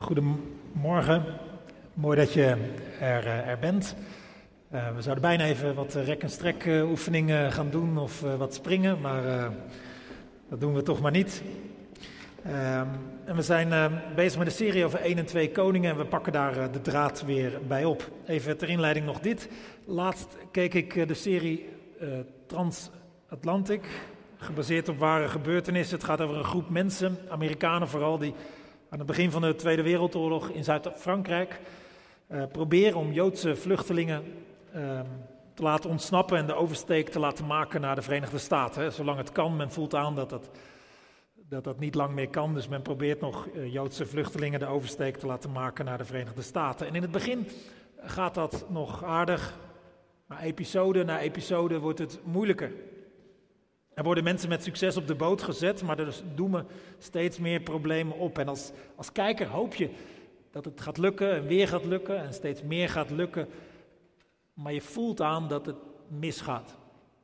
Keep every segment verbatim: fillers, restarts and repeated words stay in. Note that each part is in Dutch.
Goedemorgen, mooi dat je er, uh, er bent. Uh, we zouden bijna even wat rek- en strek uh, oefeningen gaan doen of uh, wat springen, maar uh, dat doen we toch maar niet. Uh, en we zijn uh, bezig met een serie over één en twee koningen en we pakken daar uh, de draad weer bij op. Even ter inleiding nog dit. Laatst keek ik uh, de serie uh, Transatlantic, gebaseerd op ware gebeurtenissen. Het gaat over een groep mensen, Amerikanen vooral, die aan het begin van de Tweede Wereldoorlog in Zuid-Frankrijk uh, proberen om Joodse vluchtelingen uh, te laten ontsnappen en de oversteek te laten maken naar de Verenigde Staten. Hè. Zolang het kan, men voelt aan dat dat, dat dat niet lang meer kan, dus men probeert nog uh, Joodse vluchtelingen de oversteek te laten maken naar de Verenigde Staten. En in het begin gaat dat nog aardig, maar episode na episode wordt het moeilijker. Er worden mensen met succes op de boot gezet, maar er doemen steeds meer problemen op. En als, als kijker hoop je dat het gaat lukken en weer gaat lukken en steeds meer gaat lukken. Maar je voelt aan dat het misgaat.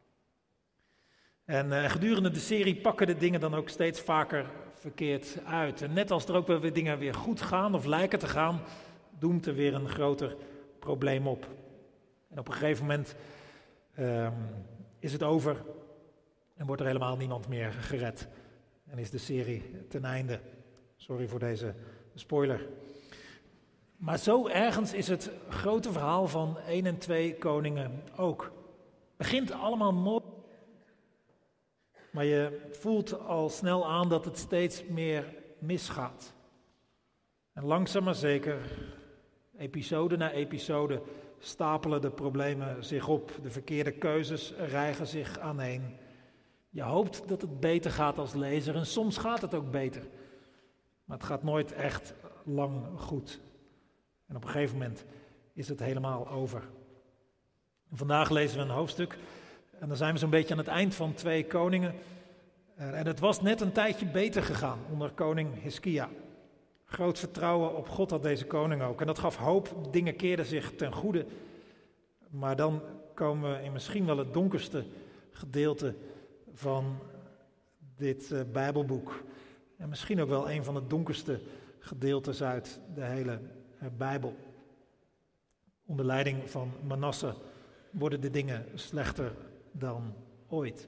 En uh, gedurende de serie pakken de dingen dan ook steeds vaker verkeerd uit. En net als er ook wel weer dingen weer goed gaan of lijken te gaan, doemt er weer een groter probleem op. En op een gegeven moment uh, is het over. En wordt er helemaal niemand meer gered. En is de serie ten einde. Sorry voor deze spoiler. Maar zo ergens is het grote verhaal van één en twee koningen ook. Begint allemaal mooi. Maar je voelt al snel aan dat het steeds meer misgaat. En langzaam maar zeker, episode na episode, stapelen de problemen zich op. De verkeerde keuzes rijgen zich aaneen. Je hoopt dat het beter gaat als lezer en soms gaat het ook beter. Maar het gaat nooit echt lang goed. En op een gegeven moment is het helemaal over. En vandaag lezen we een hoofdstuk en dan zijn we zo'n beetje aan het eind van twee koningen. En het was net een tijdje beter gegaan onder koning Hiskia. Groot vertrouwen op God had deze koning ook. En dat gaf hoop, dingen keerden zich ten goede. Maar dan komen we in misschien wel het donkerste gedeelte van dit uh, Bijbelboek. En misschien ook wel een van de donkerste gedeeltes uit de hele uh, Bijbel. Onder leiding van Manasse worden de dingen slechter dan ooit.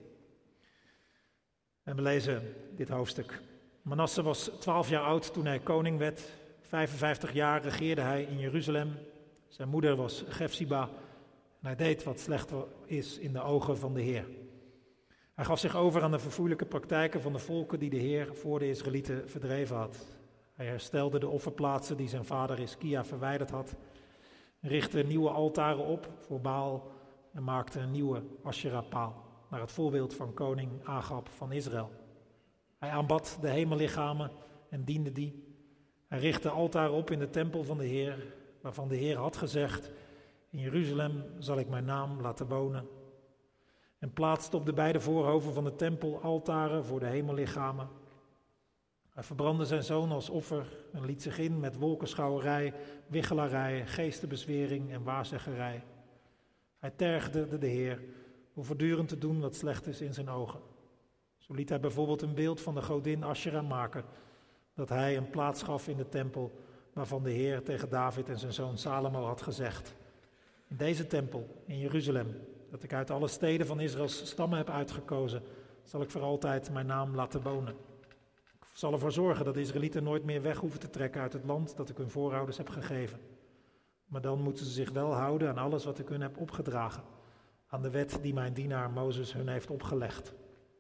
En we lezen dit hoofdstuk. Manasse was twaalf jaar oud toen hij koning werd. vijfenvijftig jaar regeerde hij in Jeruzalem. Zijn moeder was Gefsiba. En hij deed wat slecht is in de ogen van de Heer. Hij gaf zich over aan de verfoeilijke praktijken van de volken die de Heer voor de Israëlieten verdreven had. Hij herstelde de offerplaatsen die zijn vader Hiskia verwijderd had, richtte nieuwe altaren op voor Baal en maakte een nieuwe Asherah-paal, naar het voorbeeld van koning Agab van Israël. Hij aanbad de hemellichamen en diende die. Hij richtte altaren op in de tempel van de Heer, waarvan de Heer had gezegd: in Jeruzalem zal ik mijn naam laten wonen. En plaatste op de beide voorhoven van de tempel altaren voor de hemellichamen. Hij verbrandde zijn zoon als offer en liet zich in met wolkenschouwerij, wichelarij, geestenbezwering en waarzeggerij. Hij tergde de Heer door voortdurend te doen wat slecht is in zijn ogen. Zo liet hij bijvoorbeeld een beeld van de godin Asherah maken, dat hij een plaats gaf in de tempel, waarvan de Heer tegen David en zijn zoon Salomo had gezegd: in deze tempel, in Jeruzalem, dat ik uit alle steden van Israëls stammen heb uitgekozen, zal ik voor altijd mijn naam laten wonen. Ik zal ervoor zorgen dat de Israëlieten nooit meer weg hoeven te trekken uit het land dat ik hun voorouders heb gegeven. Maar dan moeten ze zich wel houden aan alles wat ik hun heb opgedragen, aan de wet die mijn dienaar Mozes hun heeft opgelegd.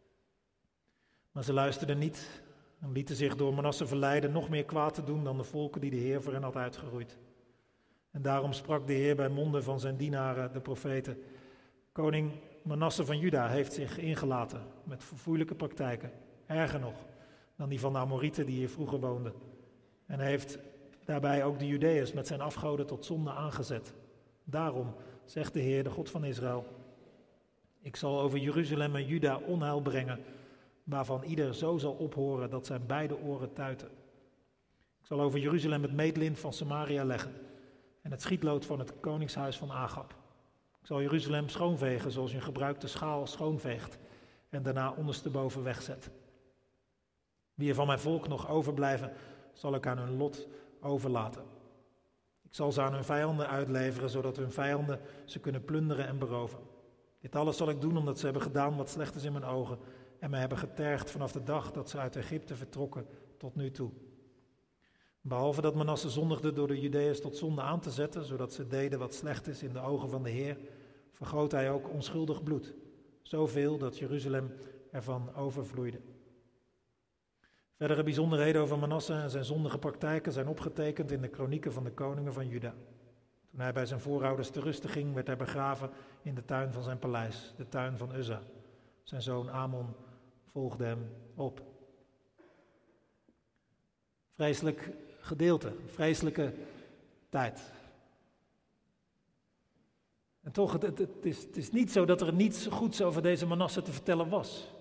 Maar ze luisterden niet en lieten zich door Manasse verleiden nog meer kwaad te doen dan de volken die de Heer voor hen had uitgeroeid. En daarom sprak de Heer bij monden van zijn dienaren, de profeten: koning Manasse van Juda heeft zich ingelaten met verfoeilijke praktijken, erger nog dan die van de Amorieten die hier vroeger woonden. En hij heeft daarbij ook de Judeërs met zijn afgoden tot zonde aangezet. Daarom, zegt de Heer, de God van Israël: ik zal over Jeruzalem en Juda onheil brengen, waarvan ieder zo zal ophoren dat zijn beide oren tuiten. Ik zal over Jeruzalem het meetlint van Samaria leggen en het schietlood van het koningshuis van Agab. Ik zal Jeruzalem schoonvegen zoals je een gebruikte schaal schoonveegt en daarna ondersteboven wegzet. Wie er van mijn volk nog overblijven, zal ik aan hun lot overlaten. Ik zal ze aan hun vijanden uitleveren, zodat hun vijanden ze kunnen plunderen en beroven. Dit alles zal ik doen omdat ze hebben gedaan wat slecht is in mijn ogen en mij hebben getergd vanaf de dag dat ze uit Egypte vertrokken tot nu toe. Behalve dat Manasse zondigde door de Judeërs tot zonde aan te zetten, zodat ze deden wat slecht is in de ogen van de Heer, vergoot hij ook onschuldig bloed, zoveel dat Jeruzalem ervan overvloeide. Verdere bijzonderheden over Manasse en zijn zondige praktijken zijn opgetekend in de kronieken van de koningen van Juda. Toen hij bij zijn voorouders te rusten ging, werd hij begraven in de tuin van zijn paleis, de tuin van Uzza. Zijn zoon Amon volgde hem op. Vreselijk gedeelte, vreselijke tijd. En toch, het, het, het, is, het is niet zo dat er niets goeds over deze Manasse te vertellen was.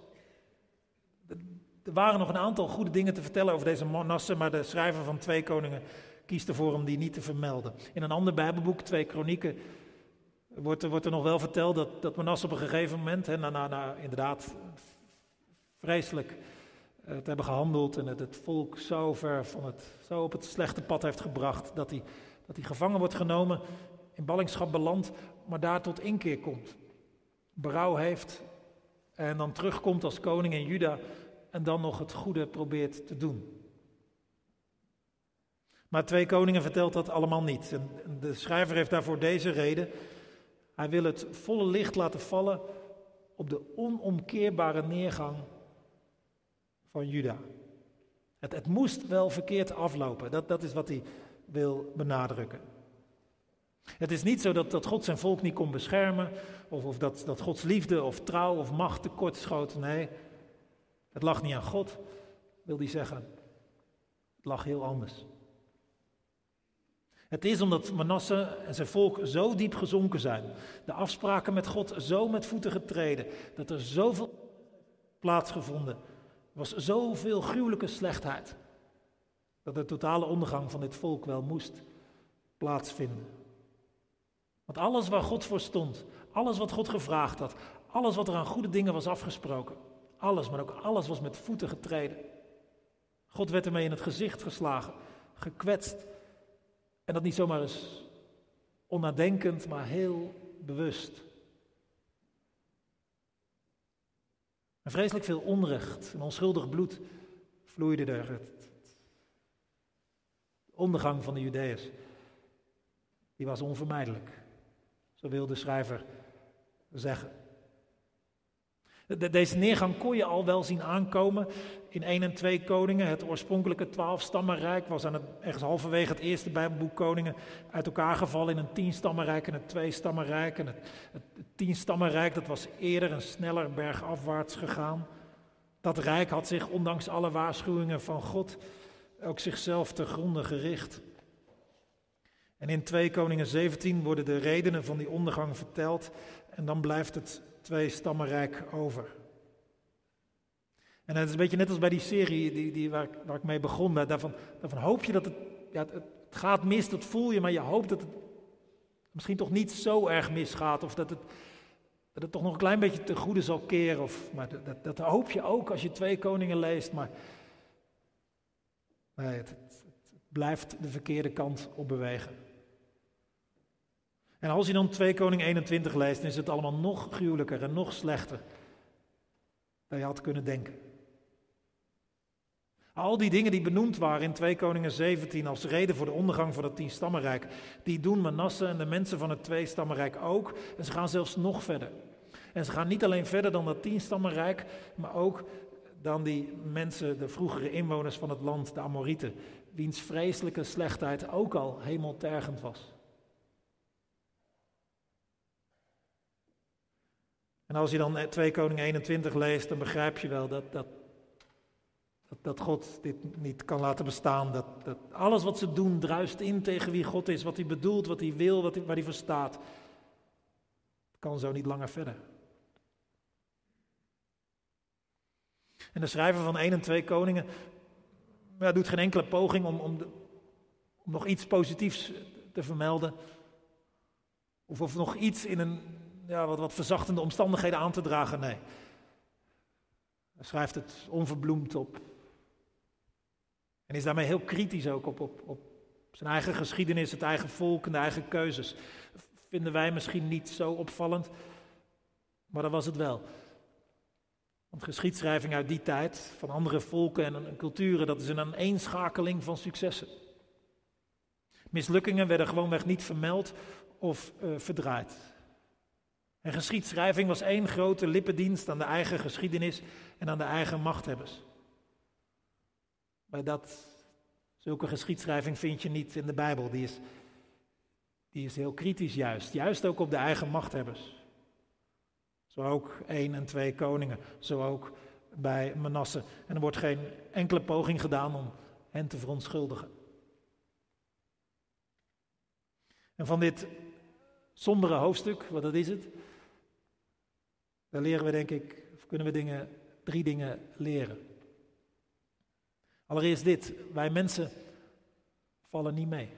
Er waren nog een aantal goede dingen te vertellen over deze Manasse, maar de schrijver van Twee Koningen kiest ervoor om die niet te vermelden. In een ander Bijbelboek, Twee Kronieken, wordt er, wordt er nog wel verteld dat, dat Manasse op een gegeven moment, hè, na, na, na inderdaad vreselijk uh, te hebben gehandeld en het, het volk zo ver van het, zo op het slechte pad heeft gebracht, dat hij, dat hij gevangen wordt genomen, in ballingschap belandt, maar daar tot inkeer komt. Berouw heeft en dan terugkomt als koning in Juda en dan nog het goede probeert te doen. Maar Twee Koningen vertelt dat allemaal niet. En de schrijver heeft daarvoor deze reden. Hij wil het volle licht laten vallen op de onomkeerbare neergang van Juda. Het, het moest wel verkeerd aflopen. Dat, dat is wat hij wil benadrukken. Het is niet zo dat, dat God zijn volk niet kon beschermen, of, of dat, dat Gods liefde of trouw of macht tekort schoot. Nee, het lag niet aan God, wil hij zeggen. Het lag heel anders. Het is omdat Manasse en zijn volk zo diep gezonken zijn, de afspraken met God zo met voeten getreden, dat er zoveel plaatsgevonden was, zoveel gruwelijke slechtheid, dat de totale ondergang van dit volk wel moest plaatsvinden. Want alles waar God voor stond, alles wat God gevraagd had, alles wat er aan goede dingen was afgesproken, alles, maar ook alles was met voeten getreden. God werd ermee in het gezicht geslagen, gekwetst. En dat niet zomaar eens onnadenkend, maar heel bewust. En vreselijk veel onrecht en onschuldig bloed vloeide er. Het, de ondergang van de Judeërs, die was onvermijdelijk. Zo wil de schrijver zeggen. De, deze neergang kon je al wel zien aankomen in één en twee Koningen. Het oorspronkelijke twaalfstammenrijk was aan het, ergens halverwege het eerste Bijbelboek Koningen uit elkaar gevallen in een tienstammenrijk en een tweestammenrijk. En het, het, het tienstammenrijk dat was eerder en sneller bergafwaarts gegaan. Dat rijk had zich ondanks alle waarschuwingen van God ook zichzelf te gronde gericht. En in twee Koningen zeventien worden de redenen van die ondergang verteld en dan blijft het tweestammenrijk over. En het is een beetje net als bij die serie die, die, waar, ik, waar ik mee begon. Daarvan, daarvan hoop je dat het, ja, het, het gaat mis, dat voel je, maar je hoopt dat het misschien toch niet zo erg misgaat. Of dat het, dat het toch nog een klein beetje ten goede zal keren. Of, maar dat, dat hoop je ook als je Twee Koningen leest. Maar nee, het, het, het blijft de verkeerde kant op bewegen. En als je dan Twee Koningen eenentwintig leest, dan is het allemaal nog gruwelijker en nog slechter dan je had kunnen denken. Al die dingen die benoemd waren in Twee Koningen zeventien als reden voor de ondergang van het tienstammenrijk, die doen Manasse en de mensen van het tweestammenrijk ook. En ze gaan zelfs nog verder. En ze gaan niet alleen verder dan dat tienstammenrijk, maar ook dan die mensen, de vroegere inwoners van het land, de Amorieten, wiens vreselijke slechtheid ook al hemeltergend was. En als je dan Twee Koningen eenentwintig leest, dan begrijp je wel dat, dat, dat, dat God dit niet kan laten bestaan. Dat, dat alles wat ze doen druist in tegen wie God is, wat hij bedoelt, wat hij wil, wat hij, waar hij voor staat. Het kan zo niet langer verder. En de schrijver van één en twee Koningen ja, doet geen enkele poging om, om, de, om nog iets positiefs te vermelden. Of, of nog iets in een ja, wat, wat verzachtende omstandigheden aan te dragen. Nee. Hij schrijft het onverbloemd op. En is daarmee heel kritisch ook op, op, op Zijn eigen geschiedenis, het eigen volk en de eigen keuzes. Vinden wij misschien niet zo opvallend, maar dat was het wel. Want geschiedschrijving uit die tijd, van andere volken en, en culturen, dat is een aaneenschakeling van successen. Mislukkingen werden gewoonweg niet vermeld of uh, verdraaid. En geschiedschrijving was één grote lippendienst aan de eigen geschiedenis en aan de eigen machthebbers. Bij dat, zulke geschiedschrijving vind je niet in de Bijbel. Die is, die is heel kritisch juist. Juist ook op de eigen machthebbers. Zo ook één en twee koningen. Zo ook bij Manasse. En er wordt geen enkele poging gedaan om hen te verontschuldigen. En van dit sombere hoofdstuk, wat dat is het, daar leren we denk ik, of kunnen we dingen, drie dingen leren. Allereerst dit, wij mensen vallen niet mee.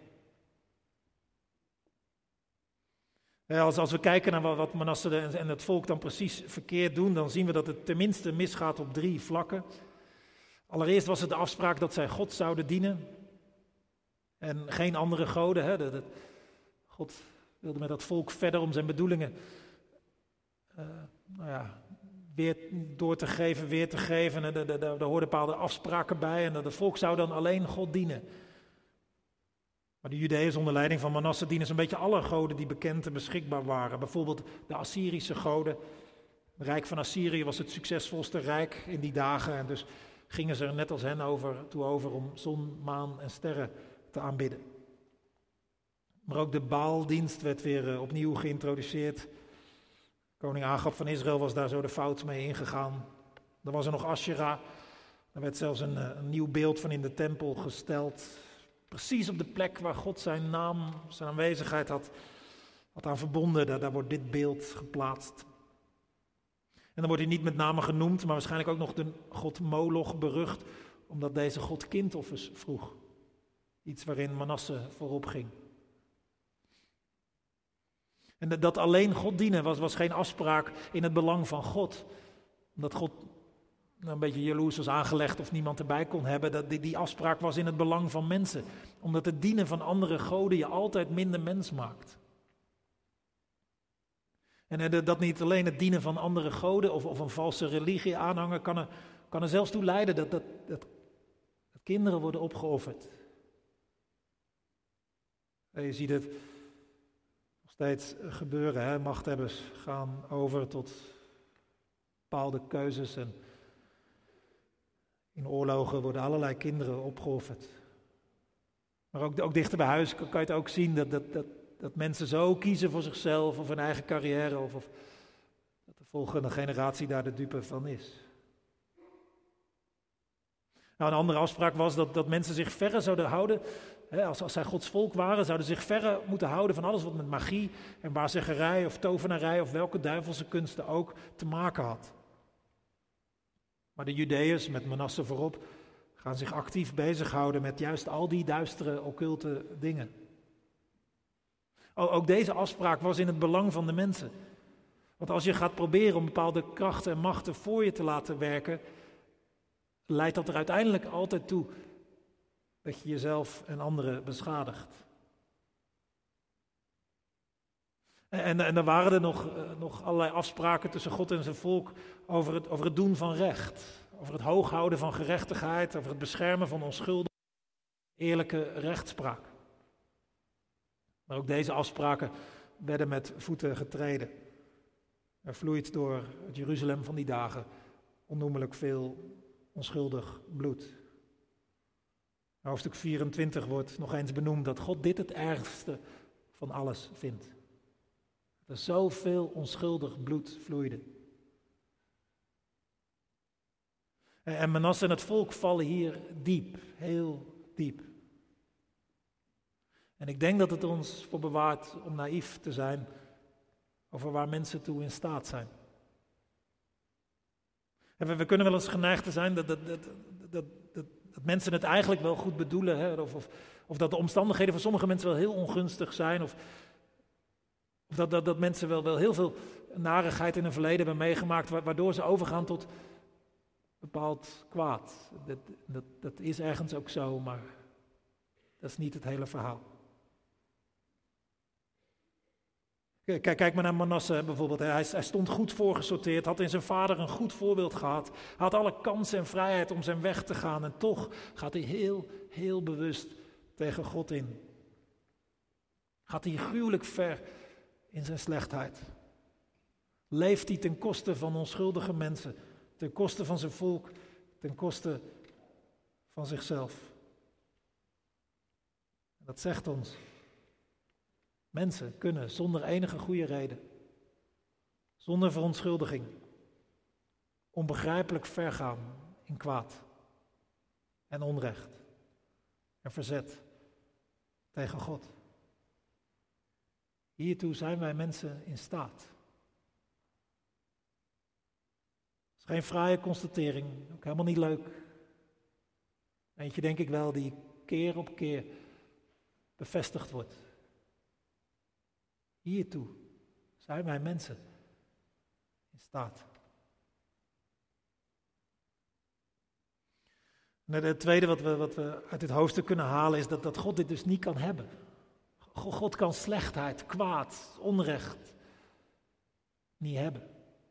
Als, als we kijken naar wat Manasse en het volk dan precies verkeerd doen, dan zien we dat het tenminste misgaat op drie vlakken. Allereerst was het de afspraak dat zij God zouden dienen en geen andere goden. Hè. Dat, dat, God wilde met dat volk verder om zijn bedoelingen uh, nou ja, weer door te geven, weer te geven. En daar hoorden bepaalde afspraken bij en dat het volk zou dan alleen God dienen. Maar de Judeërs onder leiding van Manasse dienen zo'n beetje alle goden die bekend en beschikbaar waren. Bijvoorbeeld de Assyrische goden. Het rijk van Assyrië was het succesvolste rijk in die dagen. En dus gingen ze er net als hen over, toe over om zon, maan en sterren te aanbidden. Maar ook de Baaldienst werd weer opnieuw geïntroduceerd. Koning Agab van Israël was daar zo de fout mee ingegaan. Dan was er nog Asherah. Er werd zelfs een, een nieuw beeld van in de tempel gesteld. Precies op de plek waar God zijn naam, zijn aanwezigheid had, had aan verbonden. Daar, daar wordt dit beeld geplaatst. En dan wordt hij niet met name genoemd, maar waarschijnlijk ook nog de god Moloch berucht, omdat deze god kindoffers vroeg. Iets waarin Manasse voorop ging. En dat alleen God dienen was, was geen afspraak in het belang van God. Omdat God nou, een beetje jaloers was aangelegd of niemand erbij kon hebben. Dat die, die afspraak was in het belang van mensen. Omdat het dienen van andere goden je altijd minder mens maakt. En dat niet alleen het dienen van andere goden of, of een valse religie aanhangen kan er, kan er zelfs toe leiden dat, dat, dat, dat kinderen worden opgeofferd. En je ziet het nog steeds gebeuren. Hè? Machthebbers gaan over tot bepaalde keuzes en in oorlogen worden allerlei kinderen opgeofferd. Maar ook, ook dichter bij huis kan je het ook zien dat, dat, dat, dat mensen zo kiezen voor zichzelf of hun eigen carrière. Of, of dat de volgende generatie daar de dupe van is. Nou, een andere afspraak was dat, dat mensen zich verre zouden houden. Hè, als, als zij Gods volk waren, zouden zich verre moeten houden van alles wat met magie en waarzeggerij of tovenarij of welke duivelse kunsten ook te maken had. Maar de Judeërs, met Manasse voorop, gaan zich actief bezighouden met juist al die duistere, occulte dingen. Ook deze afspraak was in het belang van de mensen. Want als je gaat proberen om bepaalde krachten en machten voor je te laten werken, leidt dat er uiteindelijk altijd toe dat je jezelf en anderen beschadigt. En, en er waren er nog, nog allerlei afspraken tussen God en zijn volk over het, over het doen van recht. Over het hooghouden van gerechtigheid, over het beschermen van onschuldige, eerlijke rechtspraak. Maar ook deze afspraken werden met voeten getreden. Er vloeit door het Jeruzalem van die dagen onnoemelijk veel onschuldig bloed. Hoofdstuk vierentwintig wordt nog eens benoemd dat God dit het ergste van alles vindt. Dat er zoveel onschuldig bloed vloeide. En Manasse en het volk vallen hier diep, heel diep. En ik denk dat het ons voor bewaart om naïef te zijn over waar mensen toe in staat zijn. En we, we kunnen wel eens geneigd te zijn dat, dat, dat, dat, dat, dat mensen het eigenlijk wel goed bedoelen. Hè? Of, of, of dat de omstandigheden voor sommige mensen wel heel ongunstig zijn. Of, of dat, dat, dat mensen wel, wel heel veel narigheid in hun verleden hebben meegemaakt, waardoor ze overgaan tot bepaald kwaad. Dat, dat, dat is ergens ook zo, maar Dat is niet het hele verhaal. Kijk, kijk maar naar Manasse bijvoorbeeld. Hij, hij stond goed voorgesorteerd, had in zijn vader een goed voorbeeld gehad. Hij had alle kansen en vrijheid om zijn weg te gaan. En toch gaat hij heel, heel bewust tegen God in. Gaat hij gruwelijk ver in zijn slechtheid. Leeft hij ten koste van onschuldige mensen, ten koste van zijn volk, ten koste van zichzelf. Dat zegt ons. Mensen kunnen zonder enige goede reden, zonder verontschuldiging, onbegrijpelijk ver gaan in kwaad en onrecht en verzet tegen God. Hiertoe zijn wij mensen in staat. Dat is geen fraaie constatering, ook helemaal niet leuk. Eentje denk ik wel die keer op keer bevestigd wordt. Hiertoe zijn wij mensen in staat. En het tweede wat we, wat we uit dit hoofdstuk kunnen halen is dat, dat God dit dus niet kan hebben. God kan slechtheid, kwaad, onrecht niet hebben.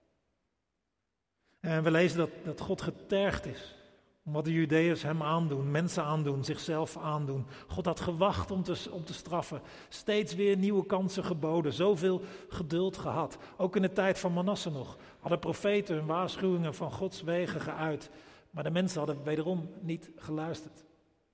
En we lezen dat, dat God getergd is om wat de Judeërs hem aandoen, mensen aandoen, zichzelf aandoen. God had gewacht om te, om te straffen, steeds weer nieuwe kansen geboden, zoveel geduld gehad. Ook in de tijd van Manasse nog, hadden profeten hun waarschuwingen van Gods wegen geuit. Maar de mensen hadden wederom niet geluisterd.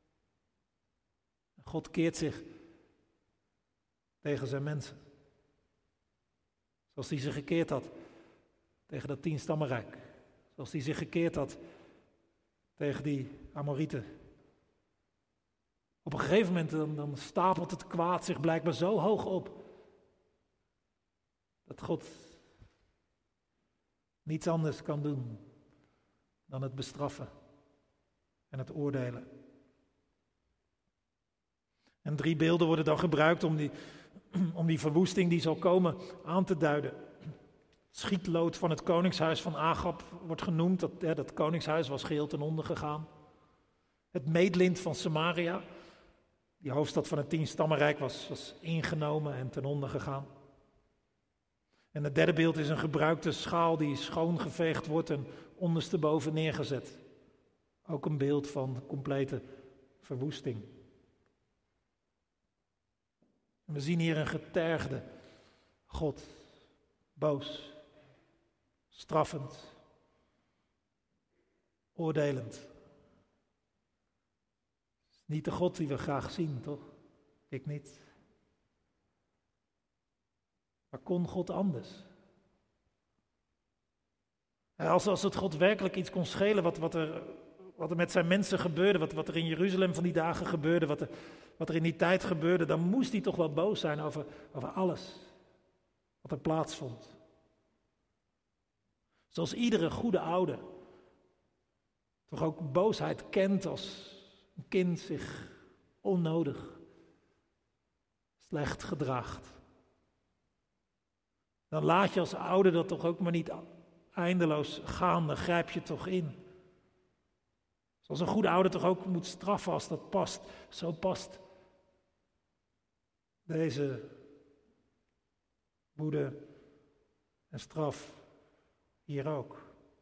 God keert zich tegen zijn mensen. Zoals hij zich gekeerd had tegen dat tienstammenrijk. Zoals hij zich gekeerd had tegen die Amorieten. Op een gegeven moment dan, dan stapelt het kwaad zich blijkbaar zo hoog op. Dat God niets anders kan doen dan het bestraffen en het oordelen. En drie beelden worden dan gebruikt om die, om die verwoesting die zal komen aan te duiden. Het schietlood van het koningshuis van Agab wordt genoemd. Dat, ja, dat koningshuis was geheel ten onder gegaan. Het meetlint van Samaria, die hoofdstad van het tienstammenrijk, was, was ingenomen en ten onder gegaan. En het derde beeld is een gebruikte schaal die schoongeveegd wordt en ondersteboven neergezet. Ook een beeld van complete verwoesting. En we zien hier een getergde God, boos, straffend, oordelend. Niet de God die we graag zien, toch? Ik niet. Maar kon God anders? Als, als het God werkelijk iets kon schelen wat, wat, er, wat er met zijn mensen gebeurde, wat, wat er in Jeruzalem van die dagen gebeurde, wat er, wat er in die tijd gebeurde, dan moest hij toch wel boos zijn over, over alles wat er plaatsvond. Zoals iedere goede ouder toch ook boosheid kent als een kind zich onnodig slecht gedraagt. Dan laat je als ouder dat toch ook maar niet eindeloos gaan, dan grijp je toch in. Zoals een goede ouder toch ook moet straffen als dat past, zo past deze woede en straf hier ook.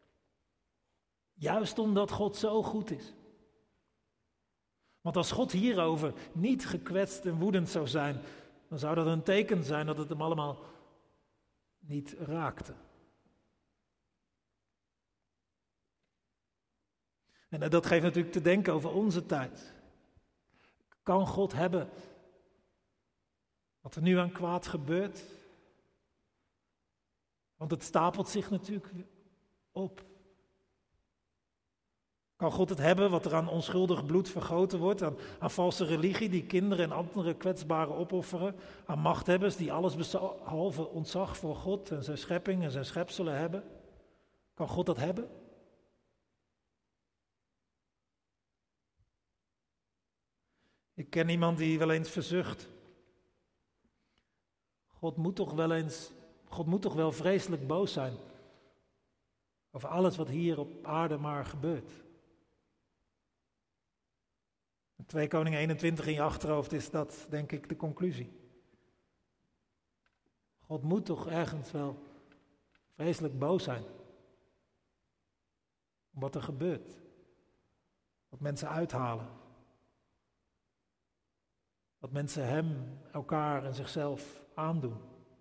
Juist omdat God zo goed is. Want als God hierover niet gekwetst en woedend zou zijn, dan zou dat een teken zijn dat het hem allemaal niet raakte. En dat geeft natuurlijk te denken over onze tijd. Kan God hebben wat er nu aan kwaad gebeurt? Want het stapelt zich natuurlijk op. Kan God het hebben wat er aan onschuldig bloed vergoten wordt, aan, aan valse religie die kinderen en andere kwetsbaren opofferen, aan machthebbers die alles behalve ontzag voor God en zijn schepping en zijn schepselen hebben? Kan God dat hebben? Ik ken iemand die wel eens verzucht. God moet toch wel eens, God moet toch wel vreselijk boos zijn over alles wat hier op aarde maar gebeurt. twee Koningen eenentwintig in je achterhoofd is dat, denk ik, de conclusie. God moet toch ergens wel vreselijk boos zijn om wat er gebeurt. Wat mensen uithalen. Wat mensen hem, elkaar en zichzelf aandoen.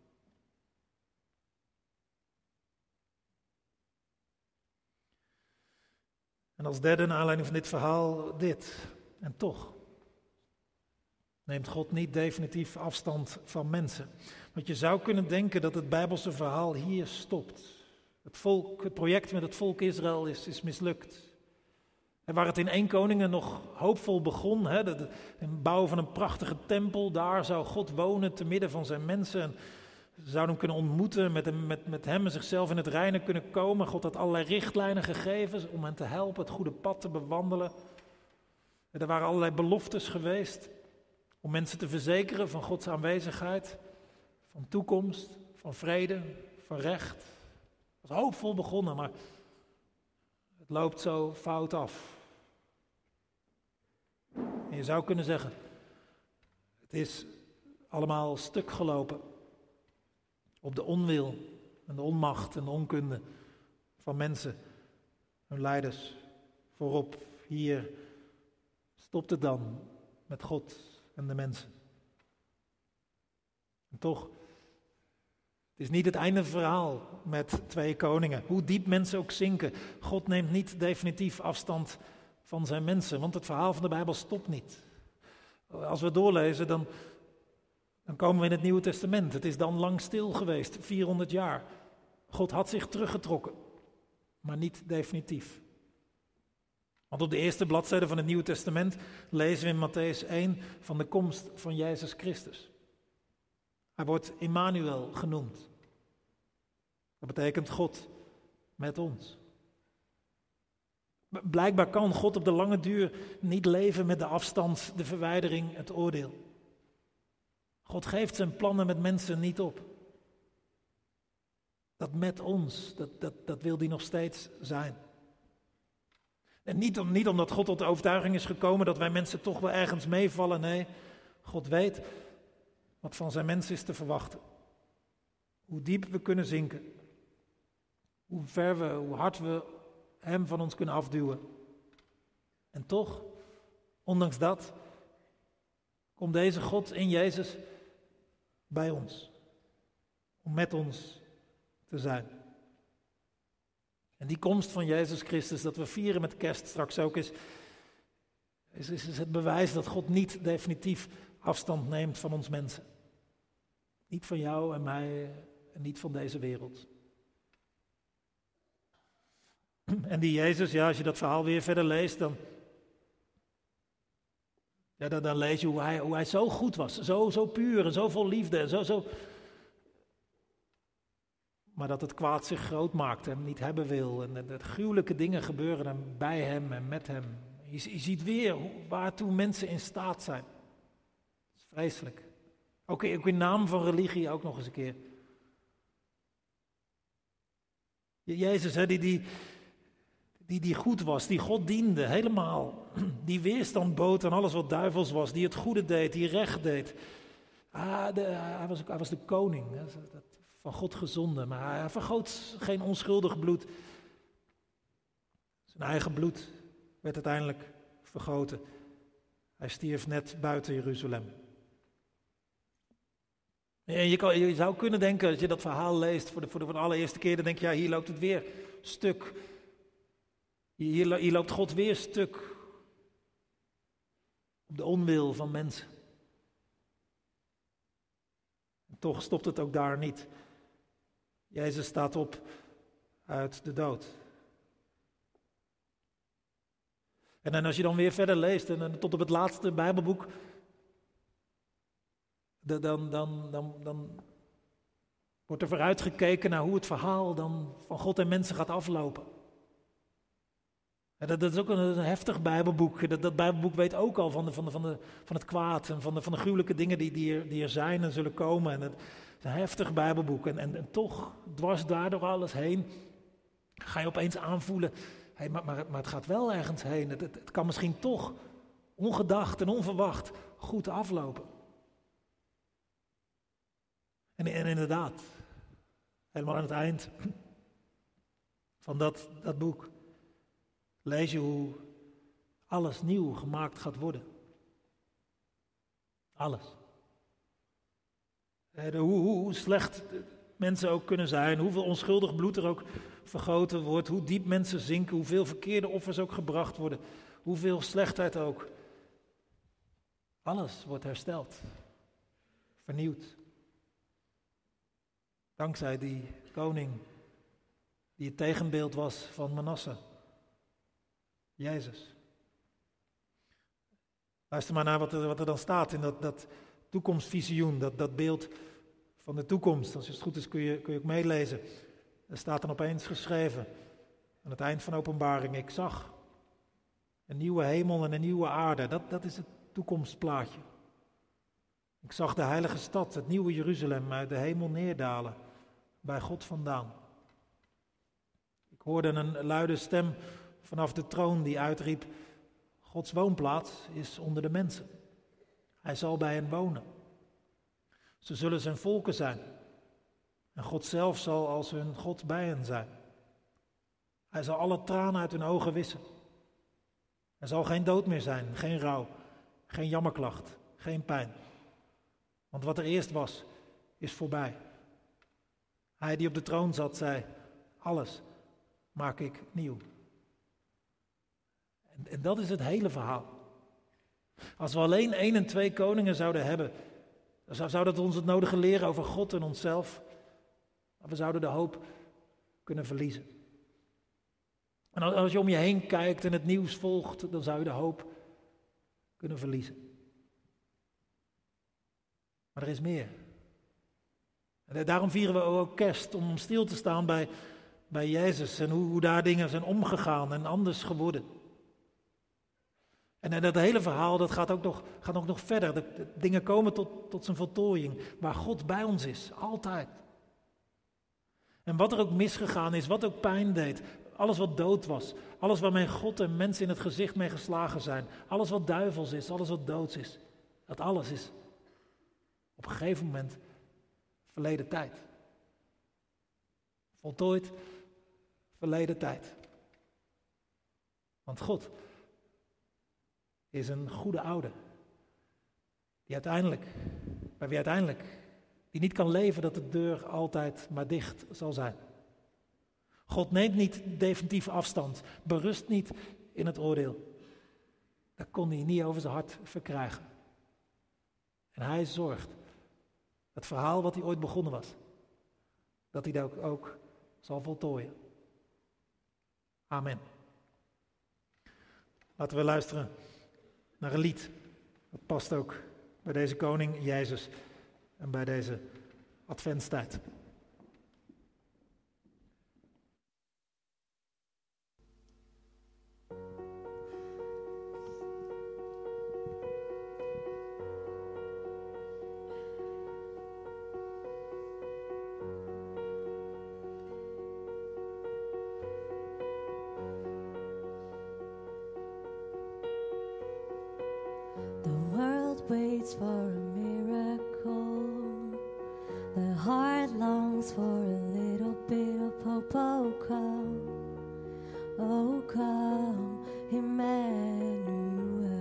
En als derde, naar aanleiding van dit verhaal, dit. En toch neemt God niet definitief afstand van mensen. Want je zou kunnen denken dat het Bijbelse verhaal hier stopt. Het volk, het project met het volk Israël is, is mislukt. En waar het in één Koningen nog hoopvol begon, hè, de, de, het bouwen van een prachtige tempel, daar zou God wonen te midden van zijn mensen. En ze zouden hem kunnen ontmoeten, met hem, met, met hem en zichzelf in het reine kunnen komen. God had allerlei richtlijnen gegeven om hen te helpen het goede pad te bewandelen. En er waren allerlei beloftes geweest om mensen te verzekeren van Gods aanwezigheid, van toekomst, van vrede, van recht. Het was hoopvol begonnen, maar het loopt zo fout af. En je zou kunnen zeggen, het is allemaal stuk gelopen op de onwil en de onmacht en de onkunde van mensen, hun leiders. Voorop, hier stopt het dan met God en de mensen. En toch, het is niet het einde verhaal met twee koningen. Hoe diep mensen ook zinken, God neemt niet definitief afstand van zijn mensen, want het verhaal van de Bijbel stopt niet. Als we doorlezen, dan, dan komen we in het Nieuwe Testament. Het is dan lang stil geweest, vierhonderd jaar. God had zich teruggetrokken, maar niet definitief. Want op de eerste bladzijde van het Nieuwe Testament lezen we in Mattheüs één van de komst van Jezus Christus. Hij wordt Immanuel genoemd. Dat betekent God met ons. Blijkbaar kan God op de lange duur niet leven met de afstand, de verwijdering, het oordeel. God geeft zijn plannen met mensen niet op. Dat met ons, dat, dat, dat wil hij nog steeds zijn. En niet, om, niet omdat God tot de overtuiging is gekomen dat wij mensen toch wel ergens meevallen. Nee, God weet wat van zijn mensen is te verwachten. Hoe diep we kunnen zinken. Hoe ver we, hoe hard we hem van ons kunnen afduwen. En toch, ondanks dat, komt deze God in Jezus bij ons. Om met ons te zijn. En die komst van Jezus Christus, dat we vieren met kerst straks ook, is, is, is het bewijs dat God niet definitief afstand neemt van ons mensen. Niet van jou en mij en niet van deze wereld. En die Jezus, ja, als je dat verhaal weer verder leest, dan, ja, dan, dan lees je hoe hij, hoe hij zo goed was. Zo, zo puur en zo vol liefde. En zo, zo. Maar dat het kwaad zich groot maakt en hem niet hebben wil. En dat gruwelijke dingen gebeuren en bij hem en met hem. Je, je ziet weer hoe, waartoe mensen in staat zijn. Dat is vreselijk. Ook, ook in naam van religie ook nog eens een keer. Jezus, hè, die, die, die, die goed was, die God diende, helemaal. Die weerstand bood aan alles wat duivels was, die het goede deed, die recht deed. Ah, de, hij, was, hij was de koning, hè, dat, van God gezonden, maar hij vergoot geen onschuldig bloed. Zijn eigen bloed werd uiteindelijk vergoten. Hij stierf net buiten Jeruzalem. En je, kan, je zou kunnen denken, als je dat verhaal leest voor de, voor de, voor de allereerste keer, dan denk je, ja, hier loopt het weer stuk. Hier, hier loopt God weer stuk. Op de onwil van mensen. En toch stopt het ook daar niet. Jezus staat op uit de dood. En dan als je dan weer verder leest, en tot op het laatste Bijbelboek, dan, dan, dan, dan, dan wordt er vooruitgekeken naar hoe het verhaal dan van God en mensen gaat aflopen. En dat, dat is ook een, een heftig Bijbelboek. Dat, dat Bijbelboek weet ook al van, de, van, de, van, de, van het kwaad en van de, van de gruwelijke dingen die, die, er, die er zijn en zullen komen. En het is een heftig Bijbelboek. En, en, en toch, dwars daardoor alles heen, ga je opeens aanvoelen, hey, maar, maar, maar het gaat wel ergens heen. Het, het, het kan misschien toch ongedacht en onverwacht goed aflopen. En, en inderdaad, helemaal aan het eind van dat, dat boek lees je hoe alles nieuw gemaakt gaat worden. Alles. Hoe, hoe, hoe slecht mensen ook kunnen zijn, hoeveel onschuldig bloed er ook vergoten wordt, hoe diep mensen zinken, hoeveel verkeerde offers ook gebracht worden, hoeveel slechtheid ook. Alles wordt hersteld, vernieuwd. Dankzij die koning die het tegenbeeld was van Manasse, Jezus. Luister maar naar wat er, wat er dan staat in dat, dat toekomstvisioen, dat, dat beeld van de toekomst. Als het goed is kun je, kun je ook meelezen. Er staat dan opeens geschreven aan het eind van Openbaring: ik zag een nieuwe hemel en een nieuwe aarde. Dat, dat is het toekomstplaatje. Ik zag de heilige stad, het nieuwe Jeruzalem, uit de hemel neerdalen, bij God vandaan. Ik hoorde een luide stem vanaf de troon die uitriep: Gods woonplaats is onder de mensen. Hij zal bij hen wonen. Ze zullen zijn volken zijn. En God zelf zal als hun God bij hen zijn. Hij zal alle tranen uit hun ogen wissen. Er zal geen dood meer zijn, geen rouw, geen jammerklacht, geen pijn. Want wat er eerst was, is voorbij. Hij die op de troon zat, zei: alles maak ik nieuw. En, en dat is het hele verhaal. Als we alleen één en twee koningen zouden hebben, dan zou, zou dat ons het nodige leren over God en onszelf. Maar we zouden de hoop kunnen verliezen. En als je om je heen kijkt en het nieuws volgt, dan zou je de hoop kunnen verliezen. Maar er is meer. En daarom vieren we ook kerst, om stil te staan bij, bij Jezus en hoe, hoe daar dingen zijn omgegaan en anders geworden. En, en dat hele verhaal dat gaat ook nog, gaat ook nog verder. De, de dingen komen tot, tot zijn voltooiing, waar God bij ons is, altijd. En wat er ook misgegaan is, wat ook pijn deed, alles wat dood was, alles waarmee God en mensen in het gezicht mee geslagen zijn, alles wat duivels is, alles wat doods is, dat alles is op een gegeven moment verleden tijd. Voltooid verleden tijd. Want God is een goede oude, die uiteindelijk, bij wie uiteindelijk, die niet kan leven dat de deur altijd maar dicht zal zijn. God neemt niet definitief afstand, berust niet in het oordeel. Dat kon hij niet over zijn hart verkrijgen. En hij zorgt, het verhaal wat hij ooit begonnen was, dat hij dat ook, ook zal voltooien. Amen. Laten we luisteren naar een lied. Dat past ook bij deze koning Jezus en bij deze adventstijd. Waits for a miracle. The heart longs for a little bit of hope. Oh come, oh come, Emmanuel.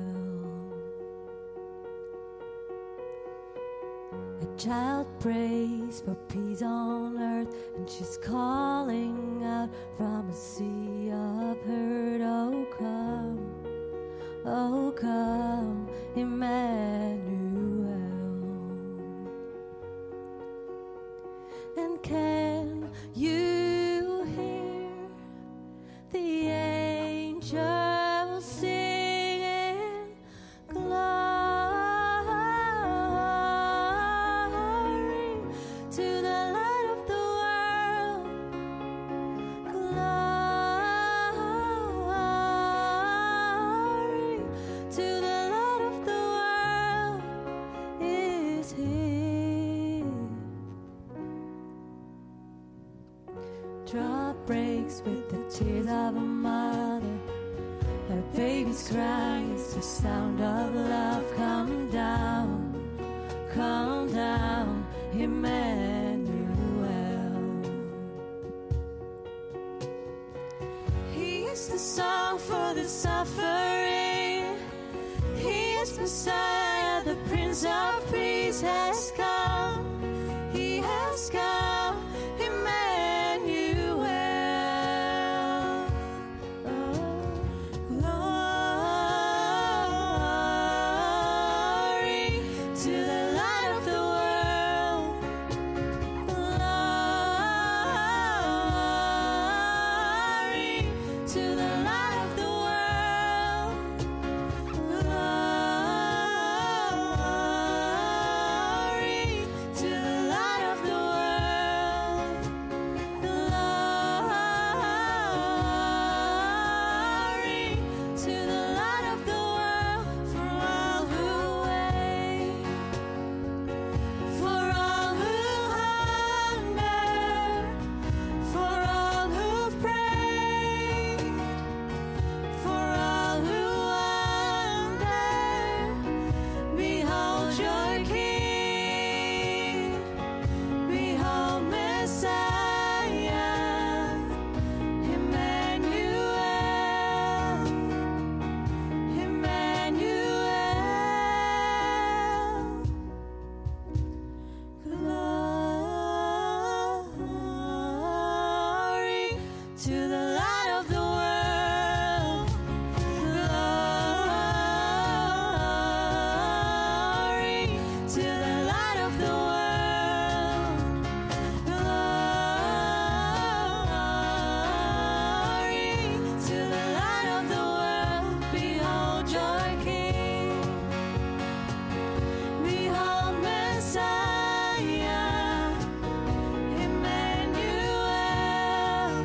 A child prays for peace on earth, and she's calling out from a sea of hurt. Oh come, oh come, Emmanuel. And can you hear the angels singing glory to the light of the world, glory to the light of the world is here. Drop breaks with the tears of a mother. Her baby's cry is the sound of love. Come down, come down, Emmanuel. He is the song for the suffering. He is Messiah, the Prince of Peace has come. He has come, Emmanuel. Oh, glory to the light of the world. Glory to the light of the world. Glory to the light of the world. Glory to the light of the world. For all who wait, for all who hunger, for all who pray, for all who wonder, behold your King, behold Messiah, Emmanuel, Emmanuel. Glory to the light of the world. Glory to the light of the world. Glory to the light of the world. Behold your King, behold Messiah, Emmanuel,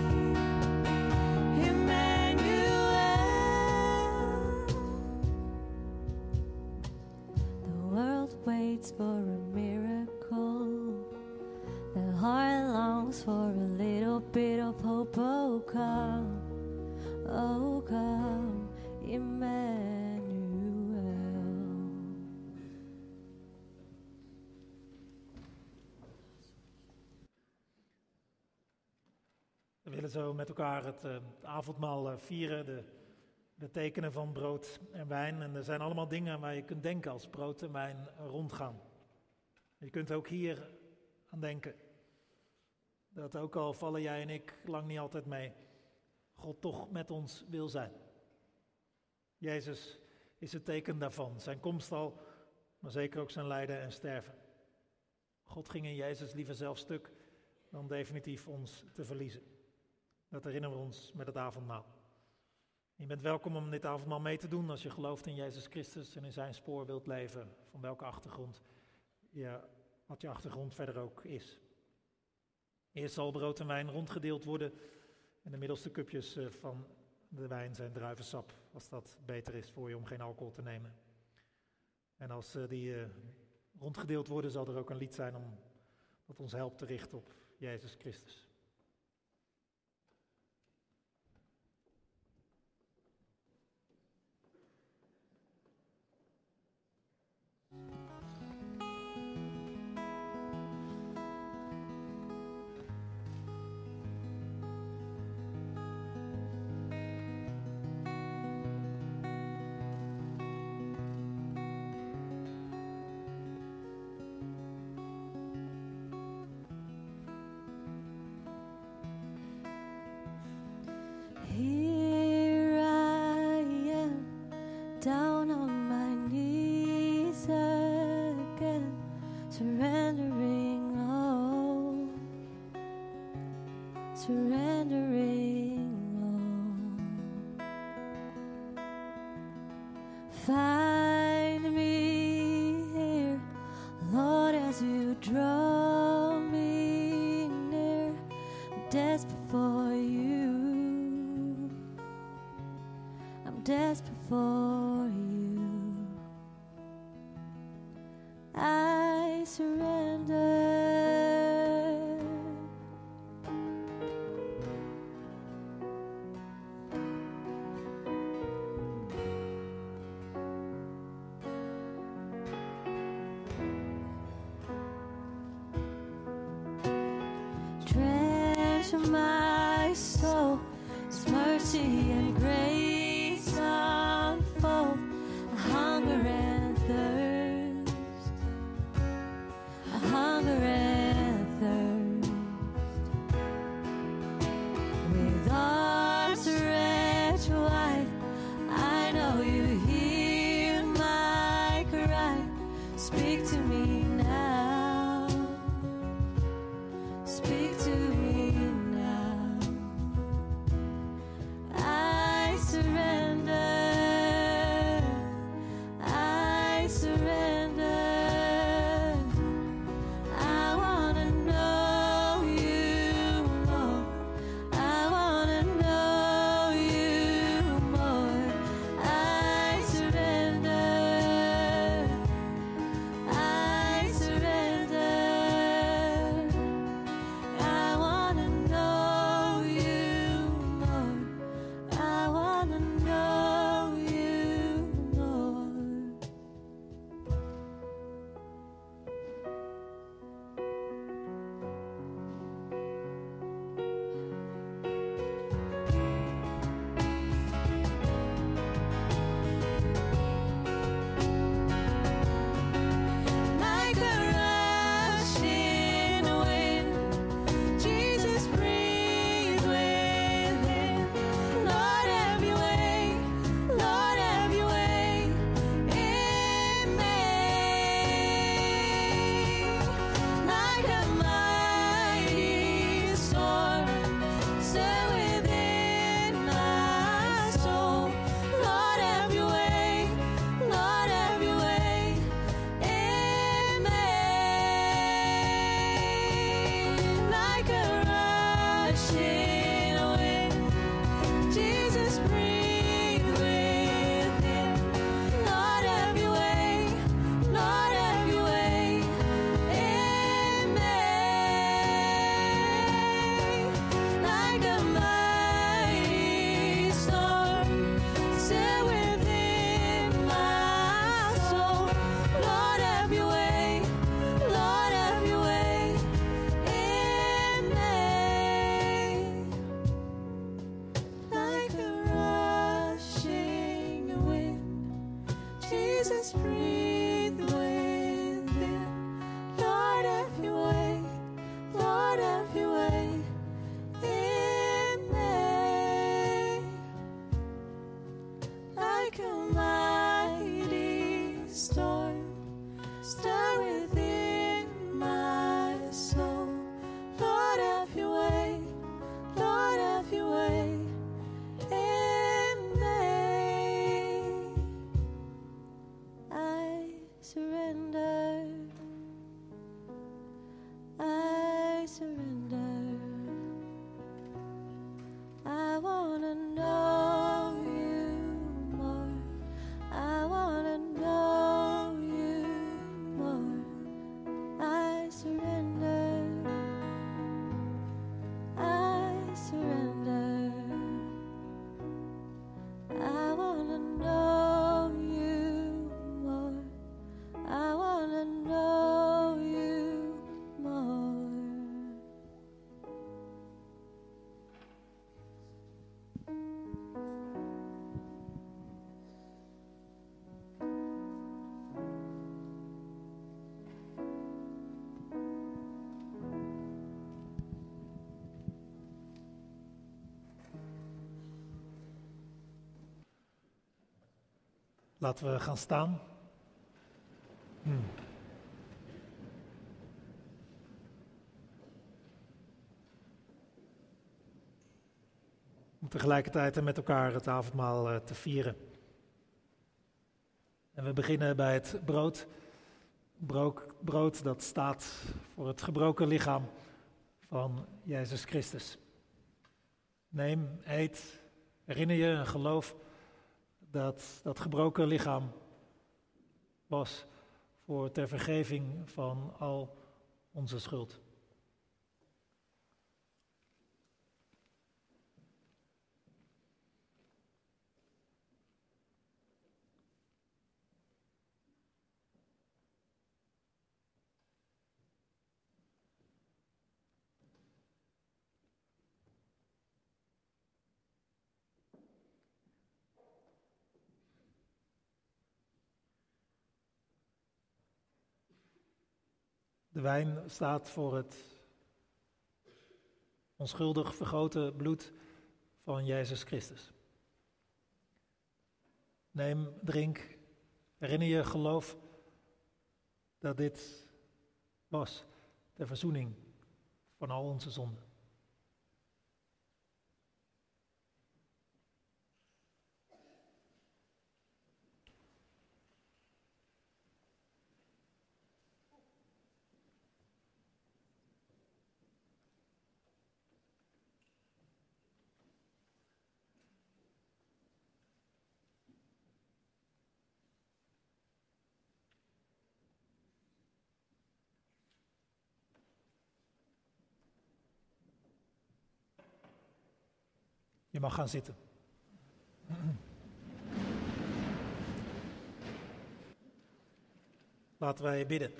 Emmanuel. The world waits for a miracle. The heart longs for a little bit of hope. Oh, come, oh, come, Emmanuel. We willen zo met elkaar het uh, avondmaal uh, vieren, de, de tekenen van brood en wijn. En er zijn allemaal dingen waar je kunt denken als brood en wijn rondgaan. Je kunt ook hier aan denken. Dat ook al vallen jij en ik lang niet altijd mee, God toch met ons wil zijn. Jezus is het teken daarvan. Zijn komst al, maar zeker ook zijn lijden en sterven. God ging in Jezus liever zelf stuk dan definitief ons te verliezen. Dat herinneren we ons met het avondmaal. Je bent welkom om dit avondmaal mee te doen als je gelooft in Jezus Christus en in zijn spoor wilt leven, van welke achtergrond je, wat je achtergrond verder ook is. Eerst zal brood en wijn rondgedeeld worden en de middelste cupjes uh, van de wijn zijn druivensap, als dat beter is voor je om geen alcohol te nemen. En als uh, die uh, rondgedeeld worden, zal er ook een lied zijn om, dat ons helpt te richten op Jezus Christus. Here I am, down on my knees again, surrendering all, surrendering all. Find me here, Lord, as you draw me near. I'm desperate for you. Desperate for you, I surrender. refresh my soul. His mercy and grace unfold. I hunger and thirst. I hunger and thirst. With arms stretched wide, I know you hear my cry. Speak to me now. Speak to me now. I surrender. I surrender. I wanna know you more. I wanna know you more. I surrender. I surrender. I wanna know you more. I wanna know you more. Like a rushing wind, Jesus, breathe within. Lord, have your way. Lord, have your way in me. Like a mighty storm, stir within my soul. Lord, have your way. Lord, have your way in me. Like a rushing wind, Jesus, breathe within. Lord, have your way. Lord, have your way in me. Like a mighty storm, still within my soul. Lord, have your way. Lord, have your way in me. Like a rushing wind, Jesus, breathe within. Lord, have your way. Lord, have your way in me. Like a mighty storm, stir within my soul. Lord, have your way. Lord, have your way in me. I surrender. I surrender. I wanna know you more. I wanna know you more. I surrender. I surrender. I wanna know you more. I wanna know you more. Laten we gaan staan. Hmm. Om tegelijkertijd met elkaar het avondmaal eh, te vieren. En we beginnen bij het brood. Brood, brood dat staat voor het gebroken lichaam van Jezus Christus. Neem, eet, herinner je en geloof dat dat gebroken lichaam was voor ter vergeving van al onze schuld. De wijn staat voor het onschuldig vergoten bloed van Jezus Christus. Neem, drink, herinner je geloof dat dit was de verzoening van al onze zonden. Je mag gaan zitten. Laten wij bidden.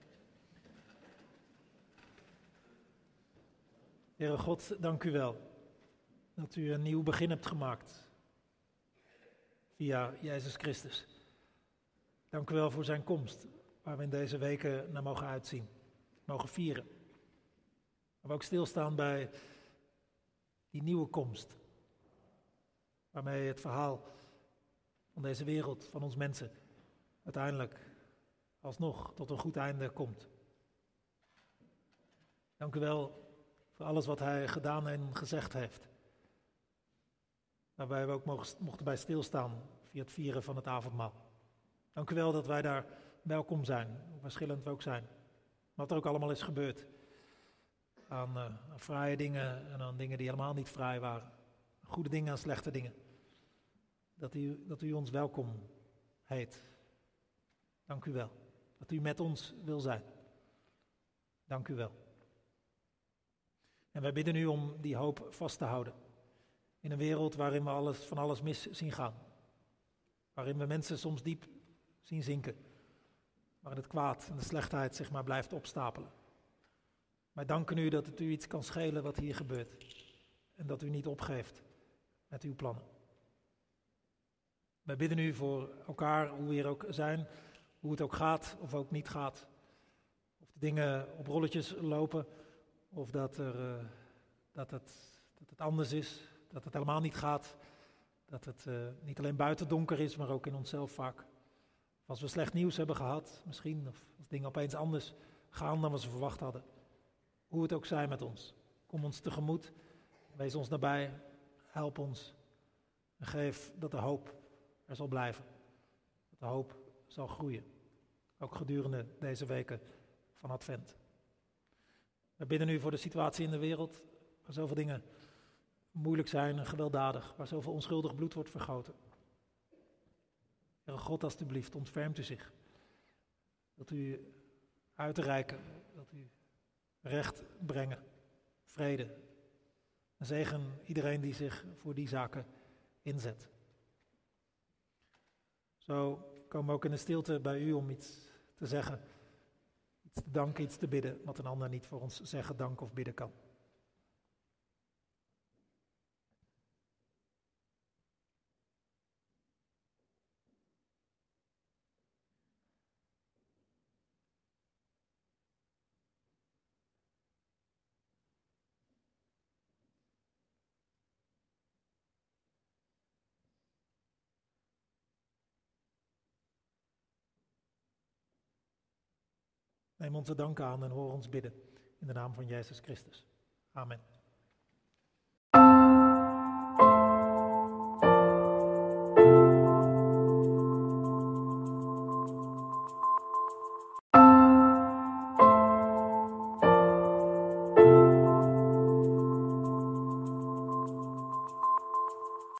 Heere God, dank u wel dat u een nieuw begin hebt gemaakt via Jezus Christus. Dank u wel voor zijn komst, waar we in deze weken naar mogen uitzien, mogen vieren. Maar we ook stilstaan bij die nieuwe komst, waarmee het verhaal van deze wereld, van ons mensen, uiteindelijk alsnog tot een goed einde komt. Dank u wel voor alles wat hij gedaan en gezegd heeft. Waarbij we ook mogen, mochten bij stilstaan via het vieren van het avondmaal. Dank u wel dat wij daar welkom zijn, hoe verschillend we ook zijn. Wat er ook allemaal is gebeurd. Aan, uh, aan fraaie dingen en aan dingen die helemaal niet fraai waren. Goede dingen en slechte dingen. Dat u, dat u ons welkom heet. Dank u wel. Dat u met ons wil zijn. Dank u wel. En wij bidden u om die hoop vast te houden. In een wereld waarin we alles, van alles mis zien gaan. Waarin we mensen soms diep zien zinken. Waarin het kwaad en de slechtheid zich maar blijft opstapelen. Wij danken u dat het u iets kan schelen wat hier gebeurt. En dat u niet opgeeft met uw plannen. Wij bidden u voor elkaar, hoe we hier ook zijn, hoe het ook gaat of ook niet gaat. Of de dingen op rolletjes lopen, of dat, er, uh, dat, het, dat het anders is, dat het helemaal niet gaat. Dat het uh, niet alleen buiten donker is, maar ook in onszelf vaak. Of als we slecht nieuws hebben gehad, misschien, of als dingen opeens anders gaan dan we ze verwacht hadden. Hoe het ook zij met ons. Kom ons tegemoet, wees ons nabij, help ons. En geef dat de hoop er zal blijven. Dat de hoop zal groeien. Ook gedurende deze weken van Advent. We bidden u voor de situatie in de wereld, waar zoveel dingen moeilijk zijn en gewelddadig, waar zoveel onschuldig bloed wordt vergoten. Heere God, alstublieft, ontfermt u zich. Dat u uitreiken, dat u recht brengen, vrede. En zegen iedereen die zich voor die zaken inzet. Zo komen we ook in de stilte bij u om iets te zeggen, iets te danken, iets te bidden, wat een ander niet voor ons zeggen, danken of bidden kan. Neem onze dank aan en hoor ons bidden in de naam van Jezus Christus. Amen.